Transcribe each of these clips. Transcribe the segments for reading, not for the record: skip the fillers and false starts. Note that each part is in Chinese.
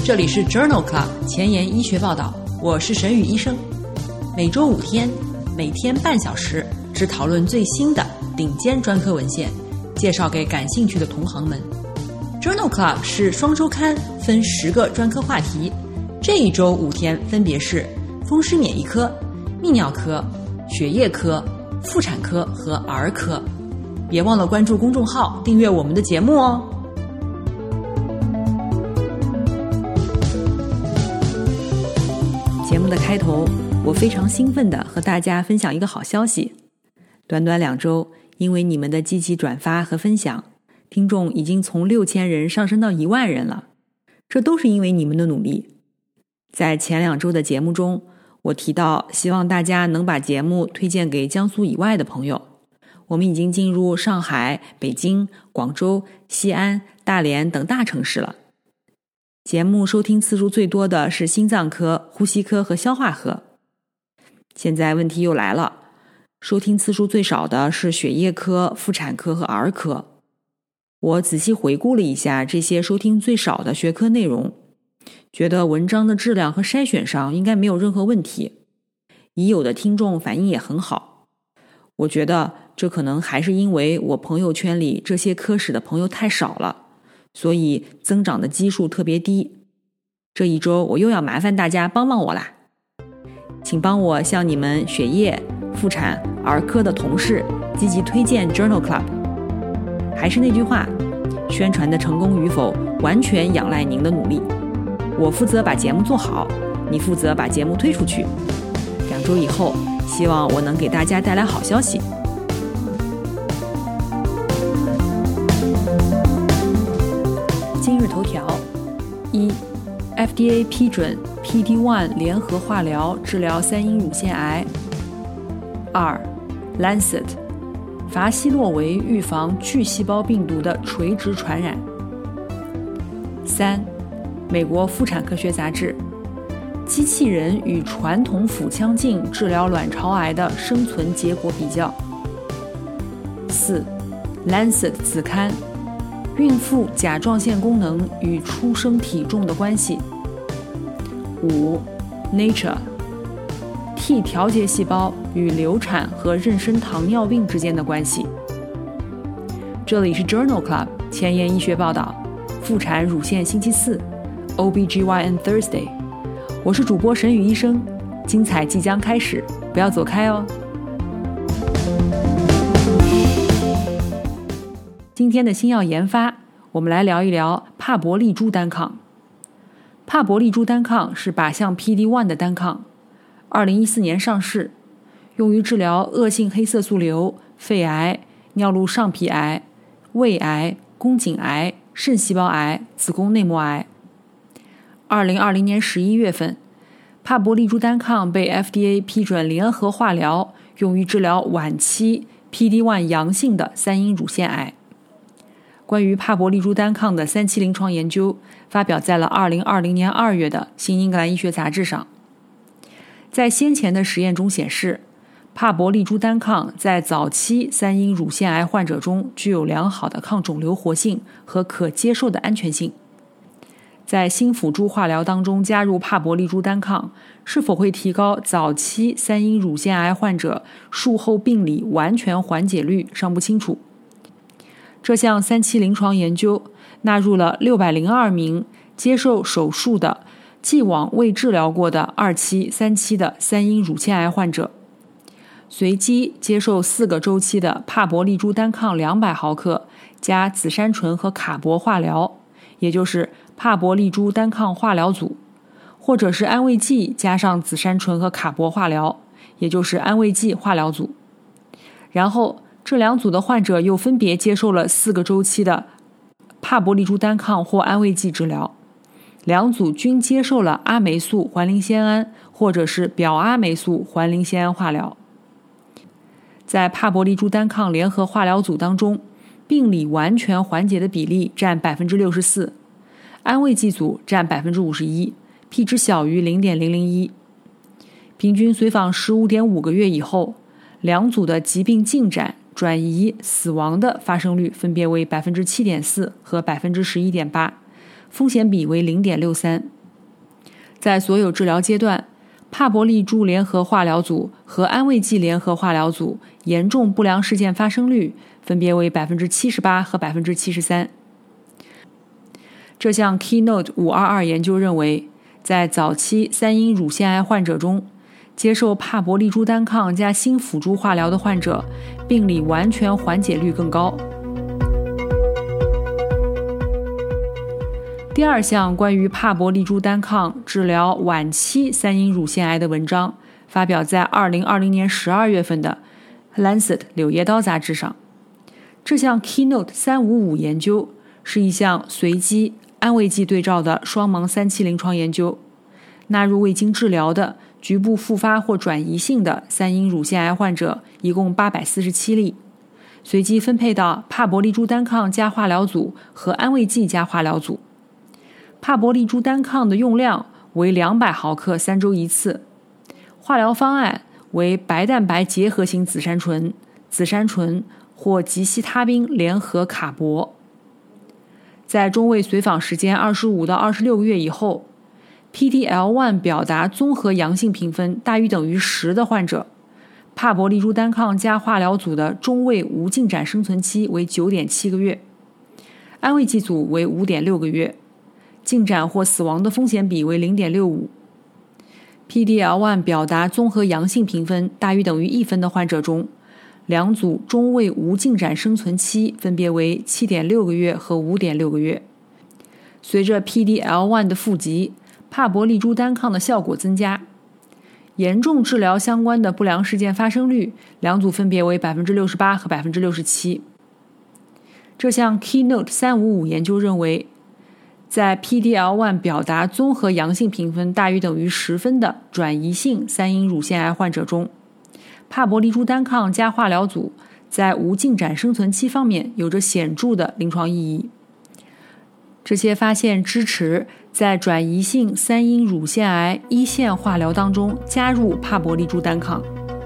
这里是 Journal Club 前沿医学报道，我是沈宇医生。每周5天，每天半小时，只讨论最新的顶尖专科文献，介绍给感兴趣的同行们。Journal Club 是双周刊，分10个专科话题。这一周5天分别是风湿免疫科、泌尿科、血液科、妇产科和儿科。别忘了关注公众号，订阅我们的节目哦。节目的开头，我非常兴奋地和大家分享一个好消息。短短2周，因为你们的积极转发和分享，听众已经从6000人上升到1万人了。这都是因为你们的努力。在前2周的节目中，我提到希望大家能把节目推荐给江苏以外的朋友。我们已经进入上海、北京、广州、西安、大连等大城市了。节目收听次数最多的是心脏科、呼吸科和消化科。现在问题又来了，收听次数最少的是血液科、妇产科和儿科。我仔细回顾了一下这些收听最少的学科内容，觉得文章的质量和筛选上应该没有任何问题。已有的听众反应也很好。我觉得这可能还是因为我朋友圈里这些科室的朋友太少了，所以增长的基数特别低。这一周我又要麻烦大家帮帮我啦，请帮我向你们血液、妇产、儿科的同事积极推荐 Journal Club。 还是那句话，宣传的成功与否完全仰赖您的努力。我负责把节目做好，你负责把节目推出去。2周以后，希望我能给大家带来好消息。今日头条：1. FDA 批准 PD-1 联合化疗治疗3阴乳腺癌。2. Lancet 伐西洛韦预防巨细胞病毒的垂直传染。3. 美国妇产科学杂志机器人与传统腹腔镜治疗卵巢癌的生存结果比较。4. Lancet 子刊孕妇甲状腺功能与出生体重的关系。5. Nature T 调节细胞与流产和妊娠糖尿病之间的关系。这里是 Journal Club 前沿医学报道，妇产乳腺星期四 OBGYN Thursday。 我是主播沈宇医生，精彩即将开始，不要走开哦。今天的新药研发，我们来聊一聊帕博利珠单抗。帕博利珠单抗是靶向 PD-1 的单抗，2014年上市，用于治疗恶性黑色素瘤、肺癌、尿路上皮癌、胃癌、宫颈癌、肾细胞癌、子宫内膜癌。2020年11月份，帕博利珠单抗被 FDA 批准联合化疗，用于治疗晚期 PD-1 阳性的3阴乳腺癌。关于帕博利珠单抗的3期临床研究发表在了2020年2月的新英格兰医学杂志上。在先前的实验中显示，帕博利珠单抗在早期3阴乳腺癌患者中具有良好的抗肿瘤活性和可接受的安全性。在新辅助化疗当中加入帕博利珠单抗，是否会提高早期3阴乳腺癌患者术后病理完全缓解率尚不清楚。这项3期临床研究纳入了602名接受手术的既往未治疗过的2期、3期的3阴乳腺癌患者，随机接受4个周期的帕博利珠单抗200毫克加紫杉醇和卡铂化疗，也就是帕博利珠单抗化疗组，或者是安慰剂加上紫杉醇和卡铂化疗，也就是安慰剂化疗组。然后这2组的患者又分别接受了4个周期的帕博利珠单抗或安慰剂治疗，2组均接受了阿霉素环磷酰胺或者是表阿霉素环磷酰胺化疗。在帕博利珠单抗联合化疗组当中，病理完全缓解的比例占 64%， 安慰剂组占 51%， P 值小于 0.001。 平均随访 15.5 个月以后，2组的疾病进展、转移、死亡的发生率分别为 7.4% 和 11.8%， 风险比为 0.63。 在所有治疗阶段，帕博利珠联合化疗组和安慰剂联合化疗组严重不良事件发生率分别为 78% 和 73%。 这项 Keynote 522研究认为，在早期三阴乳腺癌患者中，接受帕博利珠单抗加新辅助化疗的患者病理完全缓解率更高。第二项关于帕博利珠单抗治疗晚期三阴乳腺癌的文章发表在2020年12月份的 Lancet 柳叶刀杂志上。这项 Keynote 355研究是一项随机安慰剂对照的双盲3期临床研究，纳入未经治疗的局部复发或转移性的三阴乳腺癌患者一共847例，随机分配到帕博利珠单抗加化疗组和安慰剂加化疗组。帕博利珠单抗的用量为200毫克3周1次，化疗方案为白蛋白结合型紫杉醇或吉西他滨联合卡铂。在中位随访时间25到26个月以后， PD-L1 表达综合阳性评分大于等于10的患者，帕博利珠单抗加化疗组的中位无进展生存期为 9.7 个月，安慰剂组为 5.6 个月，进展或死亡的风险比为 0.65。 PD-L1 表达综合阳性评分大于等于1分的患者中，两组中位无进展生存期分别为 7.6 个月和 5.6 个月。随着 PD-L1 的负极，帕博利珠单抗的效果增加。严重治疗相关的不良事件发生率，两组分别为 68% 和 67%。 这项 Keynote 355研究认为，在 PD-L1 表达综合阳性评分大于等于10分的转移性三阴乳腺癌患者中，帕博利珠单抗加化疗组在无进展生存期方面有着显著的临床意义。这些发现支持在转移性三阴乳腺癌一线化疗当中加入帕博利珠单抗。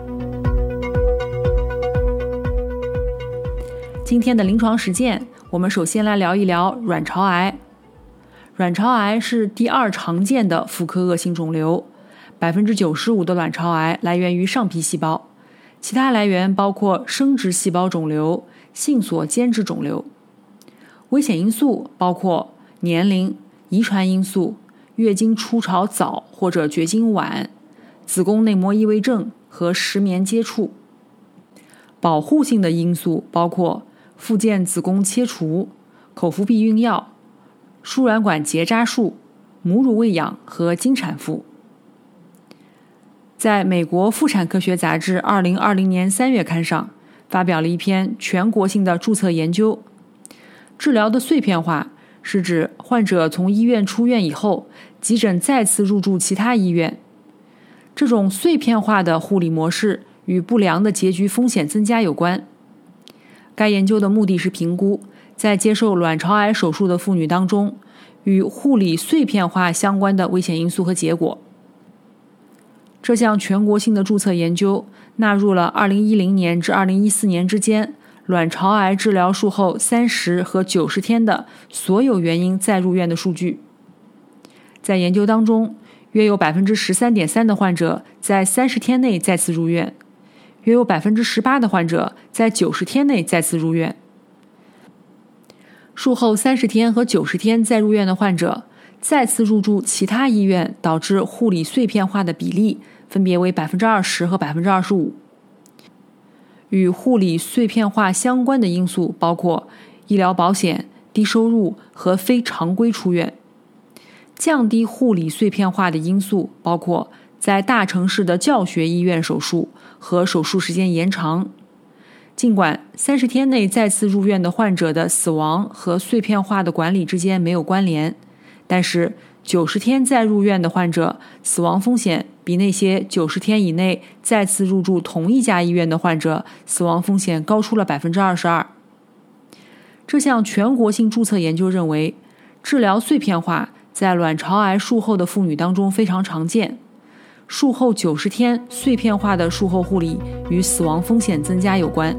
今天的临床实践，我们首先来聊一聊卵巢癌。卵巢癌是第2常见的妇科恶性肿瘤，95%的卵巢癌来源于上皮细胞，其他来源包括生殖细胞肿瘤、性所间质肿瘤。危险因素包括年龄、遗传因素、月经初潮早或者绝经晚、子宫内膜异位症和石棉接触。保护性的因素包括附件子宫切除、口服避孕药、输卵管结扎术、母乳喂养和经产妇。在美国妇产科学杂志2020年3月刊上发表了一篇全国性的注册研究。治疗的碎片化是指患者从医院出院以后，急诊再次入住其他医院。这种碎片化的护理模式与不良的结局风险增加有关。该研究的目的是评估在接受卵巢癌手术的妇女当中与护理碎片化相关的危险因素和结果。这项全国性的注册研究纳入了2010年至2014年之间卵巢癌治疗术后30和90天的所有原因再入院的数据。在研究当中，约有 13.3% 的患者在30天内再次入院，约有 18% 的患者在90天内再次入院。术后30天和90天再入院的患者，再次入住其他医院导致护理碎片化的比例分别为 20% 和 25%。与护理碎片化相关的因素包括医疗保险、低收入和非常规出院。降低护理碎片化的因素包括在大城市的教学医院手术和手术时间延长。尽管30天内再次入院的患者的死亡和碎片化的管理之间没有关联，但是90天再入院的患者死亡风险比那些90天以内再次入住同一家医院的患者死亡风险高出了 22%。 这项全国性注册研究认为，治疗碎片化在卵巢癌术后的妇女当中非常常见。术后90天碎片化的术后护理与死亡风险增加有关。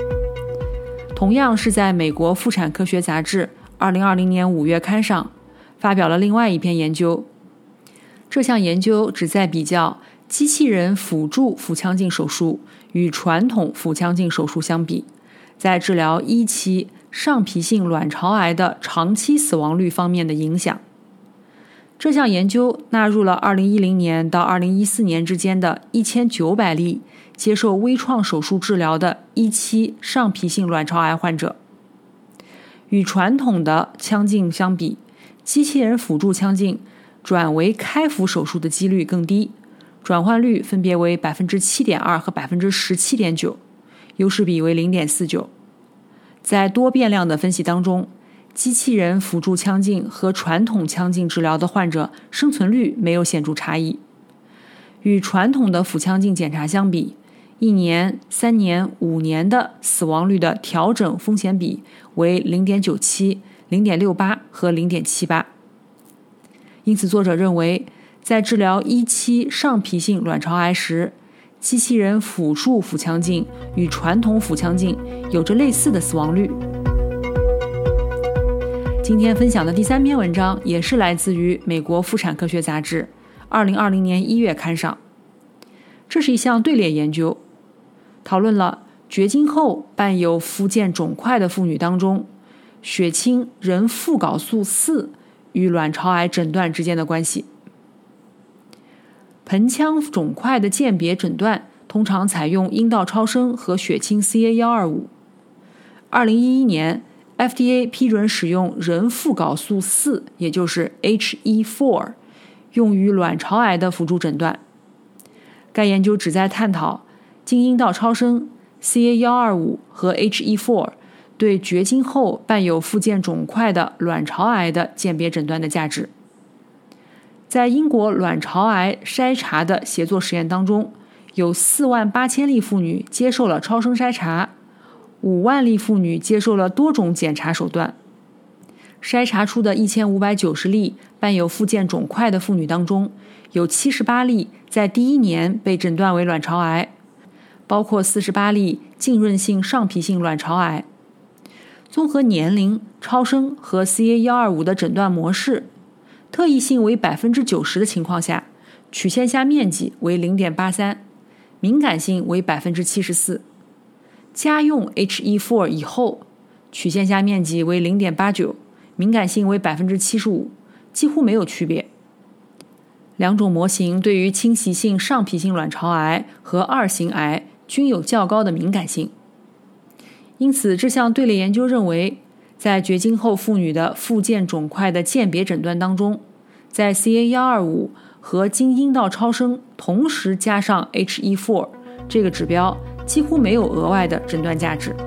同样是在美国妇产科学杂志2020年5月刊上发表了另外一篇研究。这项研究旨在比较机器人辅助腹腔镜手术与传统腹腔镜手术相比，在治疗1期上皮性卵巢癌的长期死亡率方面的影响。这项研究纳入了2010年到2014年之间的1900例接受微创手术治疗的1期上皮性卵巢癌患者。与传统的腔镜相比，机器人辅助腔镜转为开腹手术的几率更低，转换率分别为 7.2% 和 17.9%， 优势比为 0.49。 在多变量的分析当中，机器人辅助腔镜和传统腔镜治疗的患者生存率没有显著差异。与传统的腹腔镜检查相比，1年、3年、5年的死亡率的调整风险比为 0.97、0.68 和 0.78。 因此作者认为，在治疗1期上皮性卵巢癌时，机器人辅助腹腔镜与传统腹腔镜有着类似的死亡率。今天分享的第3篇文章也是来自于美国妇产科学杂志2020年1月刊上。这是一项队列研究，讨论了绝经后伴有附件肿块的妇女当中，血清人副睾素4与卵巢癌诊断之间的关系。盆腔肿块的鉴别诊断通常采用阴道超声和血清 CA125。2011年 FDA 批准使用人副睾素4，也就是 HE4， 用于卵巢癌的辅助诊断。该研究旨在探讨经阴道超声、CA125 和 HE4 对绝经后伴有附件肿块的卵巢癌的鉴别诊断的价值。在英国卵巢癌筛查的协作实验当中，有48000例妇女接受了超声筛查，5万例妇女接受了多种检查手段。筛查出的1590例伴有附件肿块的妇女当中，有78例在第1年被诊断为卵巢癌，包括48例浸润性上皮性卵巢癌。综合年龄、超声和 CA125 的诊断模式，特异性为 90% 的情况下，曲线下面积为 0.83， 敏感性为 74%。 家用 HE4 以后，曲线下面积为 0.89， 敏感性为 75%， 几乎没有区别。两种模型对于侵袭性上皮性卵巢癌和2型癌均有较高的敏感性。因此，这项队列研究认为，在绝经后妇女的附件肿块的鉴别诊断当中，在 CA125 和经阴道超声同时加上 HE4 这个指标，几乎没有额外的诊断价值。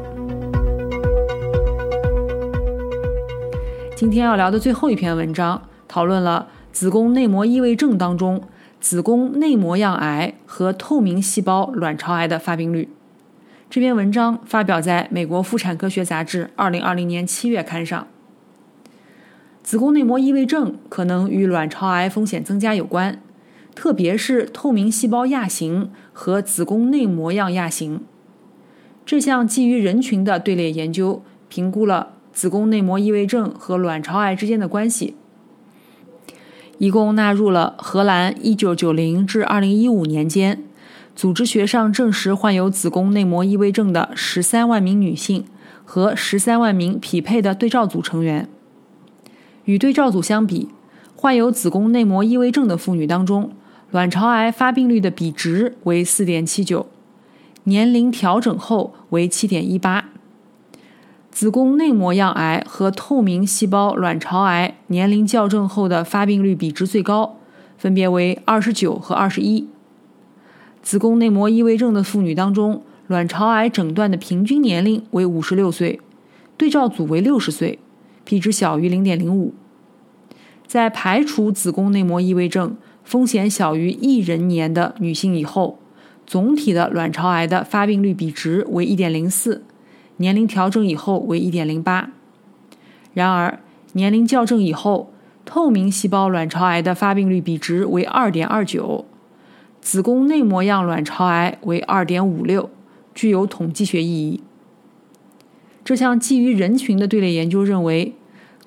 今天要聊的最后一篇文章，讨论了子宫内膜异位症当中子宫内膜样癌和透明细胞卵巢癌的发病率。这篇文章发表在美国妇产科学杂志2020年7月刊上。子宫内膜异位症可能与卵巢癌风险增加有关，特别是透明细胞亚型和子宫内膜样亚型。这项基于人群的队列研究评估了子宫内膜异位症和卵巢癌之间的关系，一共纳入了荷兰1990至2015年间组织学上证实患有子宫内膜异位症的13万名女性和13万名匹配的对照组成员。与对照组相比，患有子宫内膜异位症的妇女当中，卵巢癌发病率的比值为 4.79， 年龄调整后为 7.18。 子宫内膜样癌和透明细胞卵巢癌年龄校正后的发病率比值最高，分别为29和21。子宫内膜异位症的妇女当中，卵巢癌诊断的平均年龄为56岁，对照组为60岁，P 值小于 0.05。 在排除子宫内膜异位症风险小于1人年的女性以后，总体的卵巢癌的发病率比值为 1.04， 年龄调整以后为 1.08。 然而年龄校正以后，透明细胞卵巢癌的发病率比值为 2.29，子宫内膜样卵巢癌为 2.56， 具有统计学意义。这项基于人群的队列研究认为，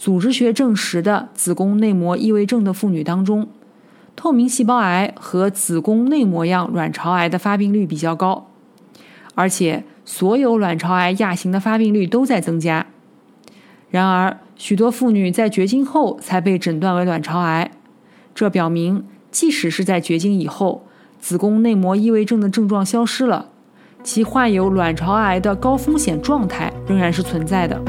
组织学证实的子宫内膜异位症的妇女当中，透明细胞癌和子宫内膜样卵巢癌的发病率比较高，而且所有卵巢癌亚型的发病率都在增加。然而，许多妇女在绝经后才被诊断为卵巢癌，这表明即使是在绝经以后，子宫内膜异位症的症状消失了，其患有卵巢癌的高风险状态仍然是存在的。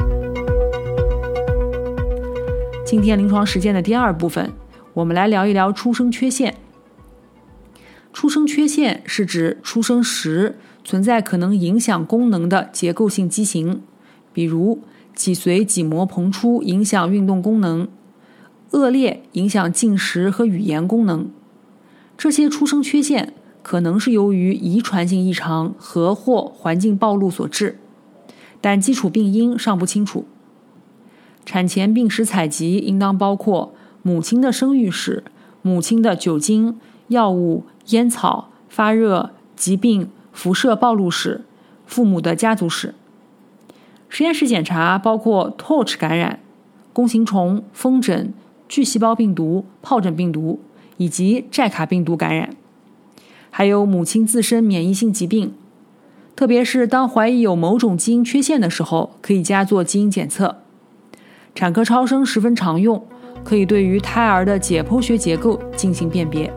今天临床实践的第二部分，我们来聊一聊出生缺陷。出生缺陷是指出生时存在可能影响功能的结构性畸形，比如脊髓脊膜膨出影响运动功能，恶劣影响进食和语言功能。这些出生缺陷可能是由于遗传性异常或环境暴露所致，但基础病因尚不清楚。产前病史采集应当包括母亲的生育史、母亲的酒精、药物、烟草、发热、疾病、辐射暴露史、父母的家族史。实验室检查包括 Torch 感染、弓形虫、风疹、巨细胞病毒、疱疹病毒以及寨卡病毒感染，还有母亲自身免疫性疾病，特别是当怀疑有某种基因缺陷的时候，可以加做基因检测。产科超声十分常用，可以对于胎儿的解剖学结构进行辨别。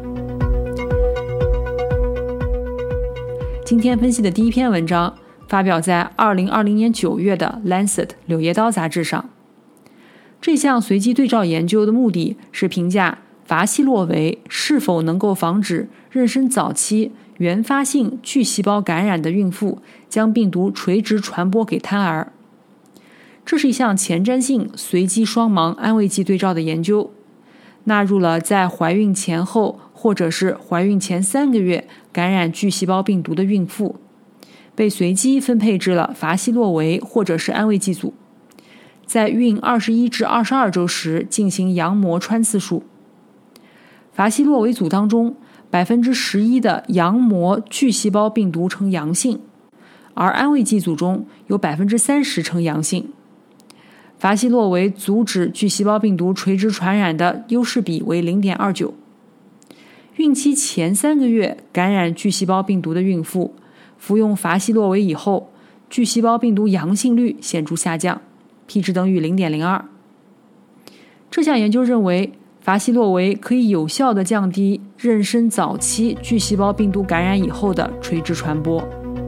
今天分析的第一篇文章发表在2020年9月的 Lancet 柳叶刀杂志上。这项随机对照研究的目的是评价伐西洛韦是否能够防止妊娠早期原发性巨细胞感染的孕妇将病毒垂直传播给胎儿。这是一项前瞻性随机双盲安慰剂对照的研究，纳入了在怀孕前后或者是怀孕前3个月感染巨细胞病毒的孕妇，被随机分配至了伐西洛韦或者是安慰剂组，在孕21至22周时进行羊膜穿刺术。伐西洛韦组当中 11% 的羊膜巨细胞病毒呈阳性，而安慰剂组中有 30% 呈阳性。伐西洛韦阻止巨细胞病毒垂直传染的优势比为 0.29。 孕期前3个月感染巨细胞病毒的孕妇服用伐西洛韦以后，巨细胞病毒阳性率显著下降， p 值等于 0.02。 这项研究认为伐西洛韦可以有效地降低妊娠早期巨细胞病毒感染以后的垂直传播。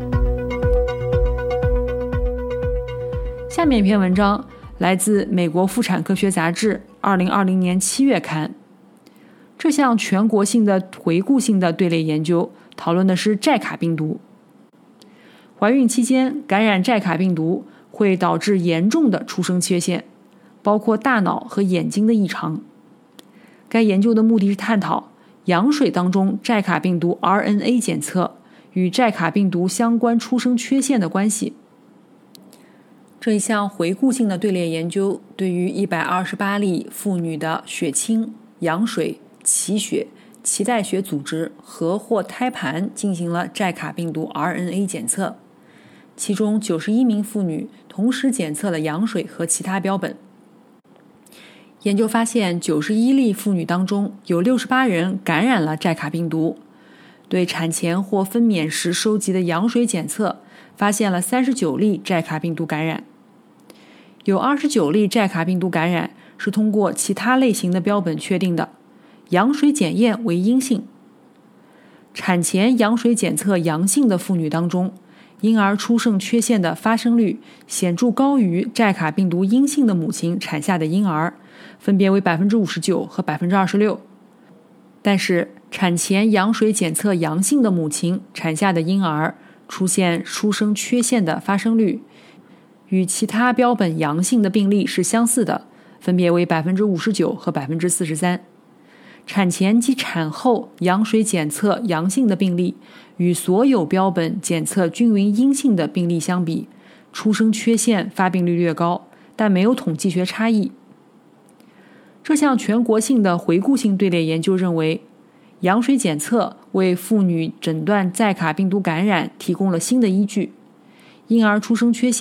下面一篇文章来自美国妇产科学杂志2020年7月刊。这项全国性的回顾性的队列研究讨论的是寨卡病毒。怀孕期间感染寨卡病毒会导致严重的出生缺陷，包括大脑和眼睛的异常。该研究的目的是探讨羊水当中寨卡病毒 RNA 检测与寨卡病毒相关出生缺陷的关系。这一项回顾性的队列研究对于128例妇女的血清、羊水、脐血、脐带血组织或胎盘进行了寨卡病毒 RNA 检测，其中91名妇女同时检测了羊水和其他标本。研究发现91例妇女当中有68人感染了寨卡病毒，对产前或分娩时收集的羊水检测发现了39例寨卡病毒感染，有29例寨卡病毒感染是通过其他类型的标本确定的，羊水检验为阴性。产前羊水检测阳性的妇女当中，婴儿出生缺陷的发生率显著高于寨卡病毒阴性的母亲产下的婴儿，分别为 59% 和 26%。 但是产前羊水检测阳性的母亲产下的婴儿出现出生缺陷的发生率与其他标本阳性的病例是相似的，分别为 59% 和 43%。 产前及产后羊水检测阳性的病例与所有标本检测均匀阴性的病例相比，出生缺陷发病率略高，但没有统计学差异。这项全国性的回顾性队列研究认为，羊水检测为妇女诊断寨卡病毒感染提供了新的依据，婴儿出生缺陷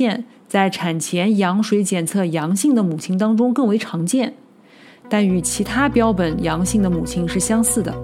在产前羊水检测阳性的母亲当中更为常见，但与其他标本阳性的母亲是相似的。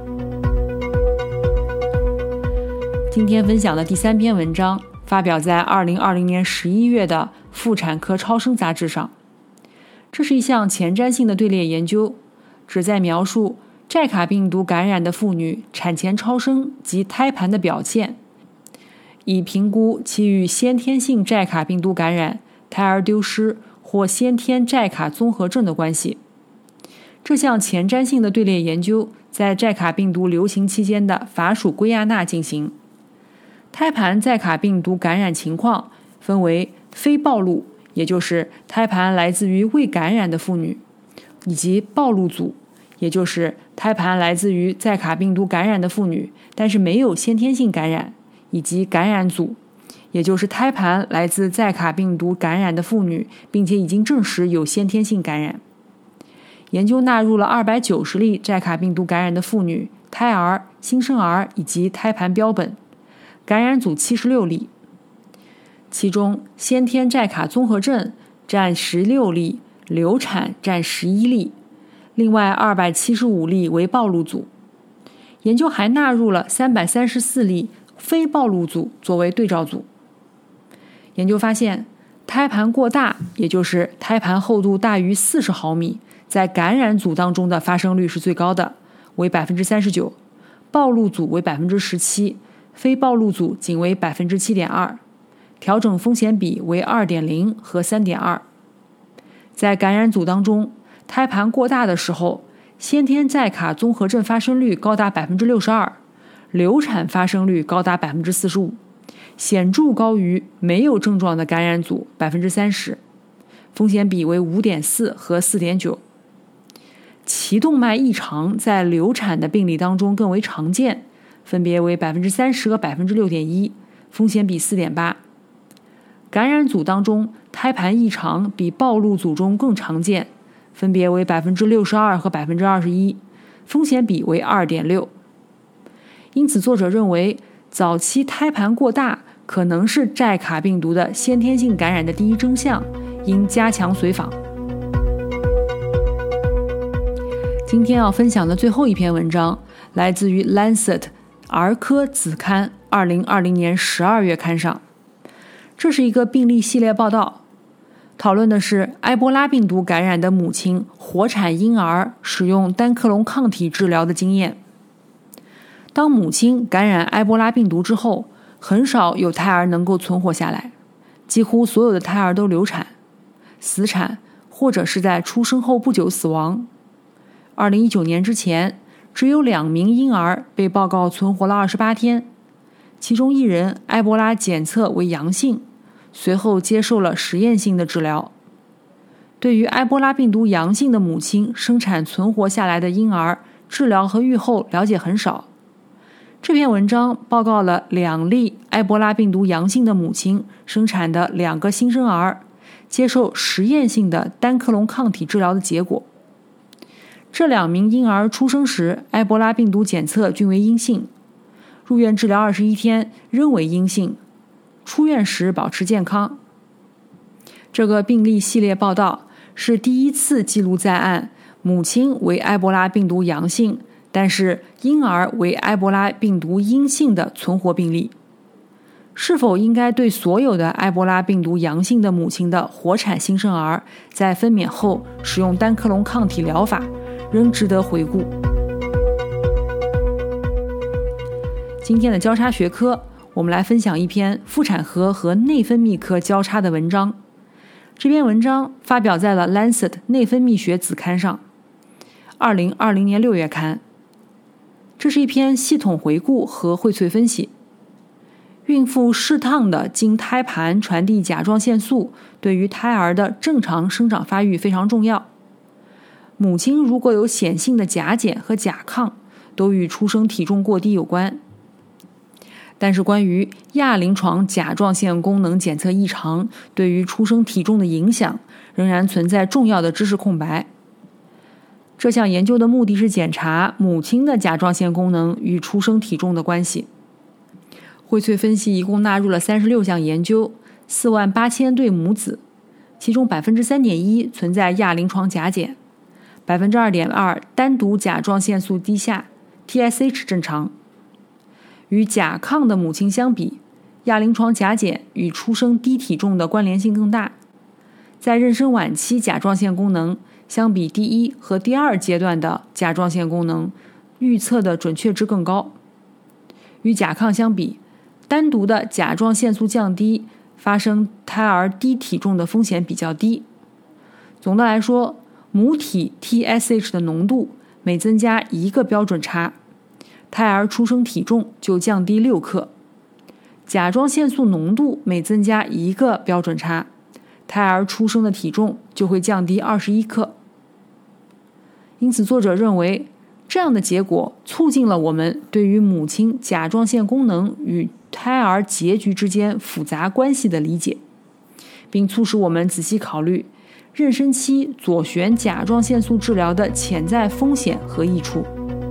今天分享的第3篇文章发表在2020年11月的《妇产科超声》杂志上。这是一项前瞻性的队列研究，旨在描述寨卡病毒感染的妇女产前超声及胎盘的表现，以评估其与先天性寨卡病毒感染、胎儿丢失或先天寨卡综合症的关系。这项前瞻性的队列研究在寨卡病毒流行期间的法属圭亚那进行。胎盘寨卡病毒感染情况分为非暴露，也就是胎盘来自于未感染的妇女，以及暴露组，也就是胎盘来自于寨卡病毒感染的妇女，但是没有先天性感染，以及感染组，也就是胎盘来自寨卡病毒感染的妇女，并且已经证实有先天性感染。研究纳入了290例寨卡病毒感染的妇女、胎儿、新生儿以及胎盘标本，感染组76例，其中先天寨卡综合症占16例，流产占11例，另外275例为暴露组。研究还纳入了334例非暴露组作为对照组。研究发现，胎盘过大，也就是胎盘厚度大于40毫米，在感染组当中的发生率是最高的，为 39%， 暴露组为 17%， 非暴露组仅为 7.2%， 调整风险比为 2.0 和 3.2。 在感染组当中，胎盘过大的时候，先天寨卡综合症发生率高达 62%， 流产发生率高达 45%， 显著高于没有症状的感染组 30%， 风险比为 5.4 和 4.9。 脐动脉异常在流产的病例当中更为常见，分别为 30% 和 6.1%， 风险比 4.8。 感染组当中，胎盘异常比暴露组中更常见，分别为 62% 和 21%， 风险比为 2.6。 因此作者认为，早期胎盘过大可能是寨卡病毒的先天性感染的第一征象，应加强随访。今天要分享的最后一篇文章来自于 Lancet 儿科子刊2020年12月刊上。这是一个病例系列报道，讨论的是埃博拉病毒感染的母亲活产婴儿使用单克隆抗体治疗的经验。当母亲感染埃博拉病毒之后，很少有胎儿能够存活下来，几乎所有的胎儿都流产、死产，或者是在出生后不久死亡。2019年之前，只有2名婴儿被报告存活了28天，其中1人埃博拉检测为阳性，随后接受了实验性的治疗。对于埃博拉病毒阳性的母亲生产存活下来的婴儿，治疗和预后了解很少。这篇文章报告了2例埃博拉病毒阳性的母亲生产的2个新生儿接受实验性的单克隆抗体治疗的结果。这2名婴儿出生时埃博拉病毒检测均为阴性，入院治疗21天仍为阴性，出院时保持健康。这个病例系列报道是第一次记录在案母亲为埃博拉病毒阳性，但是婴儿为埃博拉病毒阴性的存活病例。是否应该对所有的埃博拉病毒阳性的母亲的活产新生儿在分娩后使用单克隆抗体疗法，仍值得回顾。今天的交叉学科，我们来分享一篇妇产科和内分泌科交叉的文章。这篇文章发表在了 Lancet 内分泌学子刊上，2020年6月刊。这是一篇系统回顾和荟萃分析。孕妇适当的经胎盘传递甲状腺素对于胎儿的正常生长发育非常重要。母亲如果有显性的甲减和甲亢，都与出生体重过低有关。但是关于亚临床甲状腺功能检测异常对于出生体重的影响，仍然存在重要的知识空白。这项研究的目的是检查母亲的甲状腺功能与出生体重的关系。荟萃分析一共纳入了36项研究 48000对母子，其中 3.1% 存在亚临床甲减， 2.2% 单独甲状腺素低下， TSH 正常。与甲亢的母亲相比，亚临床甲减与出生低体重的关联性更大。在妊娠晚期甲状腺功能相比第一和第二阶段的甲状腺功能预测的准确值更高。与甲亢相比，单独的甲状腺素降低发生胎儿低体重的风险比较低。总的来说，母体 TSH 的浓度每增加1个标准差，胎儿出生体重就降低6克；甲状腺素浓度每增加1个标准差，胎儿出生的体重就会降低21克。因此，作者认为，这样的结果促进了我们对于母亲甲状腺功能与胎儿结局之间复杂关系的理解，并促使我们仔细考虑妊娠期左旋甲状腺素治疗的潜在风险和益处。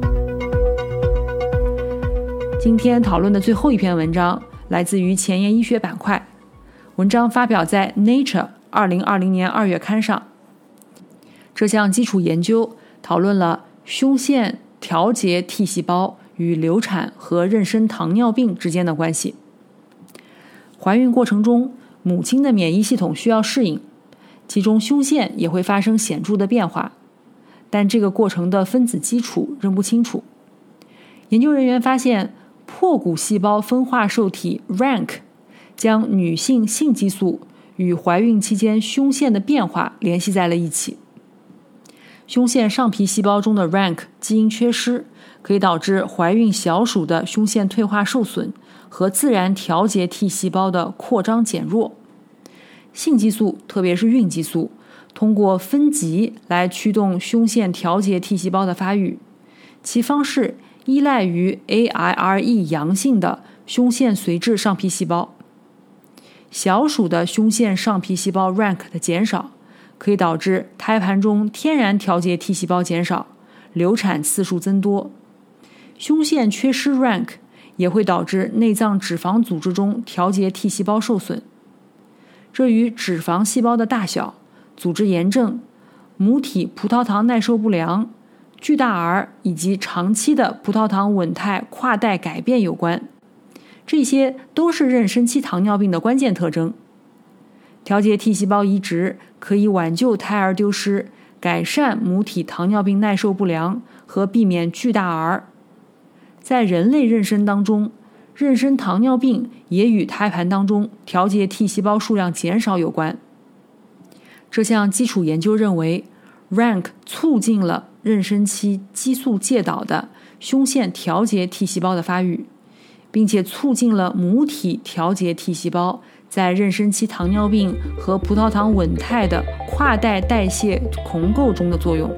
今天讨论的最后一篇文章来自于前沿医学板块，文章发表在 Nature 2020年2月刊上。这项基础研究讨论了胸腺调节 T 细胞与流产和妊娠糖尿病之间的关系。怀孕过程中，母亲的免疫系统需要适应，其中胸腺也会发生显著的变化，但这个过程的分子基础仍不清楚。研究人员发现，破骨细胞分化受体 RANK 将女性性激素与怀孕期间胸腺的变化联系在了一起。胸腺上皮细胞中的 RANK 基因缺失，可以导致怀孕小鼠的胸腺退化受损和自然调节 T 细胞的扩张减弱。性激素，特别是孕激素，通过分级来驱动胸腺调节 T 细胞的发育，其方式依赖于 AIRE 阳性的胸腺髓质上皮细胞。小鼠的胸腺上皮细胞 RANK 的减少，可以导致胎盘中天然调节 T 细胞减少，流产次数增多。胸腺缺失 RANK 也会导致内脏脂肪组织中调节 T 细胞受损。这与脂肪细胞的大小、组织炎症、母体葡萄糖耐受不良、巨大儿以及长期的葡萄糖稳态跨代改变有关。这些都是妊娠期糖尿病的关键特征。调节 T 细胞移植可以挽救胎儿丢失，改善母体糖尿病耐受不良和避免巨大儿。在人类妊娠当中，妊娠糖尿病也与胎盘当中调节 T 细胞数量减少有关。这项基础研究认为， RANK 促进了妊娠期激素介导的胸腺调节 T 细胞的发育，并且促进了母体调节 T 细胞在妊娠期糖尿病和葡萄糖稳态的跨代代谢重构中的作用。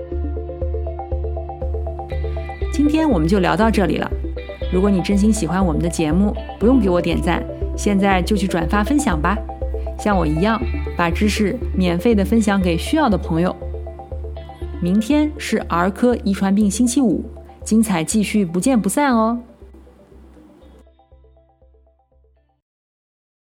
今天我们就聊到这里了。如果你真心喜欢我们的节目，不用给我点赞，现在就去转发分享吧，像我一样把知识免费的分享给需要的朋友。明天是儿科遗传病星期五，精彩继续，不见不散哦。